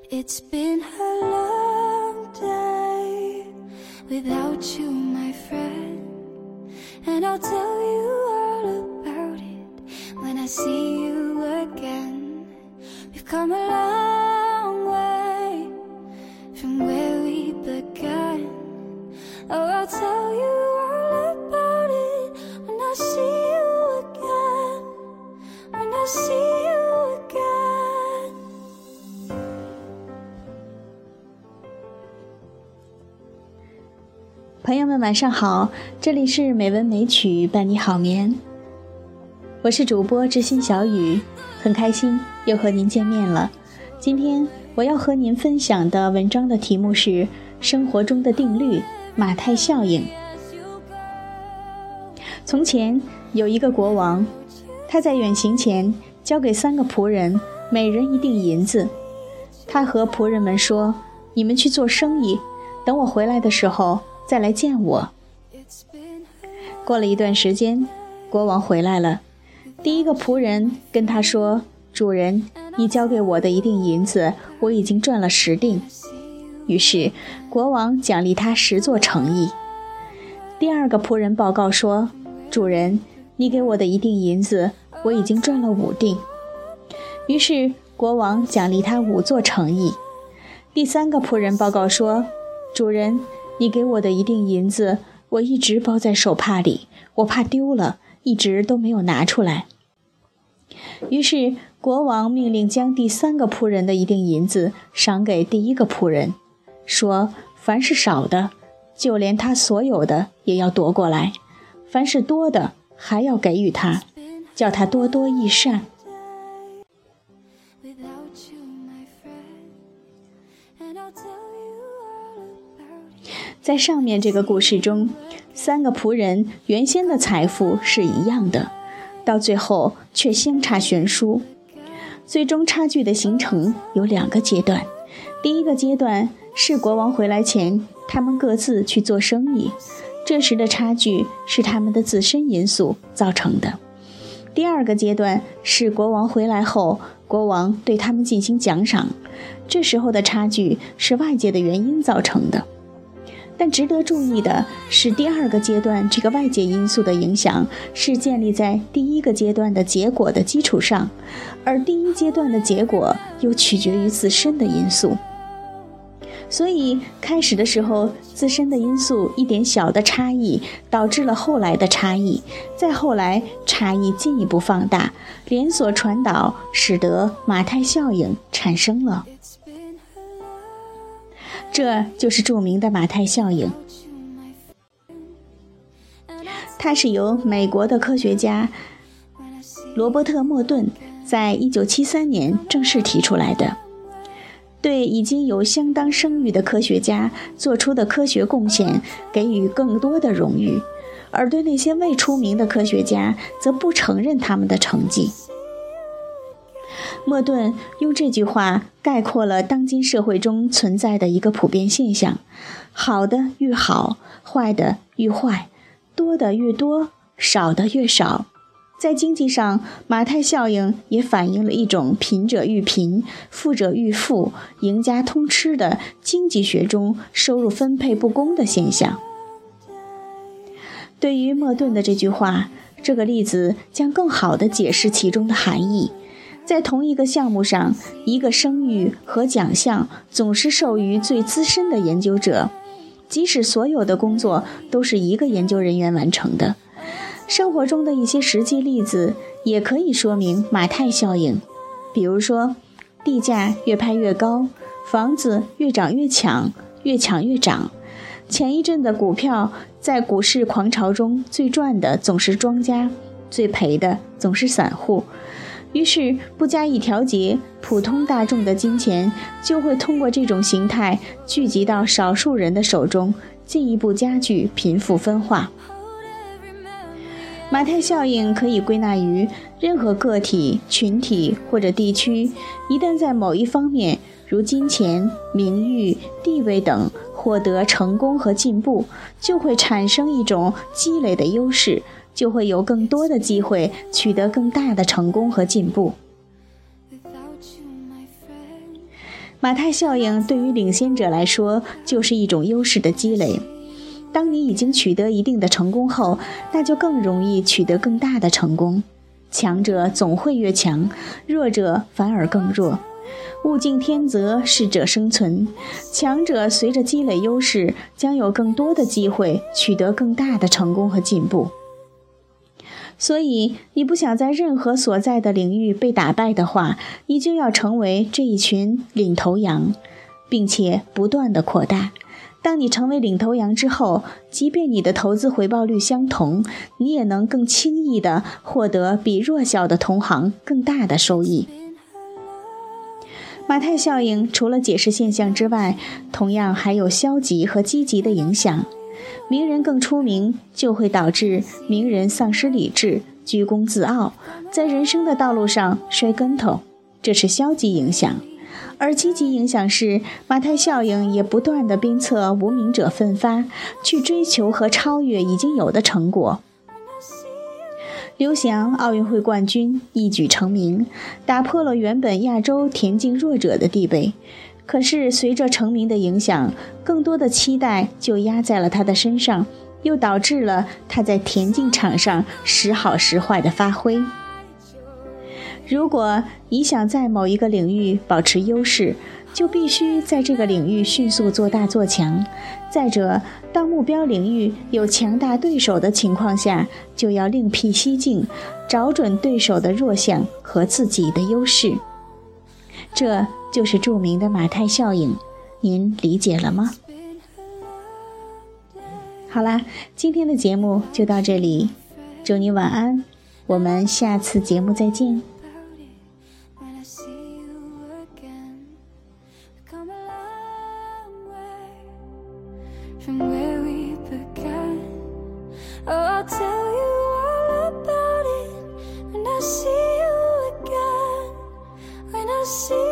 It's been a long day without you, my friend, and I'll tell you all about it when I see you again. We've come a long way from where we began. Oh, I'll tell you all about it when I see you again, when I see you again. 朋友们晚上好，这里是美文美曲伴你好眠，我是主播知心小雨，很开心又和您见面了。今天我要和您分享的文章的题目是生活中的定律，马太效应。从前有一个国王，他在远行前交给3个仆人，每人1锭银子。他和仆人们说，你们去做生意，等我回来的时候再来见我。过了一段时间，国王回来了。第一个仆人跟他说，主人，你交给我的1锭银子，我已经赚了10锭。于是国王奖励他10座城邑。第二个仆人报告说，主人，你给我的1锭银子，我已经赚了5锭。于是国王奖励他5座城邑。第3个仆人报告说，主人，你给我的1锭银子，我一直包在手帕里，我怕丢了，一直都没有拿出来。于是国王命令将第3个仆人的1锭银子赏给第1个仆人，说，凡是少的，就连他所有的也要夺过来，凡是多的，还要给予他，叫他多多益善。在上面这个故事中，3个仆人原先的财富是一样的，到最后却相差悬殊。最终差距的形成有2个阶段。第一个阶段是国王回来前，他们各自去做生意，这时的差距是他们的自身因素造成的。第二个阶段是国王回来后，国王对他们进行奖赏，这时候的差距是外界的原因造成的。但值得注意的是，第2个阶段这个外界因素的影响是建立在第1个阶段的结果的基础上，而第1阶段的结果又取决于自身的因素。所以开始的时候，自身的因素一点小的差异导致了后来的差异，再后来差异进一步放大，连锁传导，使得马太效应产生了。这就是著名的马太效应。它是由美国的科学家罗伯特·莫顿在1973年正式提出来的，对已经有相当声誉的科学家做出的科学贡献给予更多的荣誉，而对那些未出名的科学家则不承认他们的成绩。莫顿用这句话概括了当今社会中存在的一个普遍现象：好的愈好，坏的愈坏，多的越多，少的越少。在经济上，马太效应也反映了一种贫者愈贫，富者愈富，赢家通吃的经济学中收入分配不公的现象。对于莫顿的这句话，这个例子将更好地解释其中的含义。在同一个项目上，一个声誉和奖项总是授予最资深的研究者，即使所有的工作都是一个研究人员完成的。生活中的一些实际例子也可以说明马太效应，比如说，地价越拍越高，房子越涨越抢，越抢越涨。前一阵的股票在股市狂潮中，最赚的总是庄家，最赔的总是散户。于是不加以调节，普通大众的金钱就会通过这种形态聚集到少数人的手中，进一步加剧贫富分化。马太效应可以归纳于任何个体、群体或者地区，一旦在某一方面，如金钱、名誉、地位等获得成功和进步，就会产生一种积累的优势，就会有更多的机会取得更大的成功和进步。 马太效应对于领先者来说就是一种优势的积累。当你已经取得一定的成功后，那就更容易取得更大的成功。强者总会越强，弱者反而更弱。物竞天择，适者生存。强者随着积累优势，将有更多的机会取得更大的成功和进步。所以，你不想在任何所在的领域被打败的话，你就要成为这一群领头羊，并且不断地扩大。当你成为领头羊之后，即便你的投资回报率相同，你也能更轻易地获得比弱小的同行更大的收益。马太效应除了解释现象之外，同样还有消极和积极的影响。名人更出名，就会导致名人丧失理智，居功自傲，在人生的道路上摔跟头，这是消极影响。而积极影响是，马太效应也不断地鞭策无名者奋发，去追求和超越已经有的成果。刘翔奥运会冠军，一举成名，打破了原本亚洲田径弱者的地位。可是随着成名的影响，更多的期待就压在了他的身上，又导致了他在田径场上时好时坏的发挥。如果你想在某一个领域保持优势，就必须在这个领域迅速做大做强。再者，当目标领域有强大对手的情况下，就要另辟蹊径，找准对手的弱项和自己的优势。这就是著名的马太效应，您理解了吗？好啦，今天的节目就到这里，祝你晚安，我们下次节目再见。 From where we began, oh, I'll tell you all about it when I see you again, when I see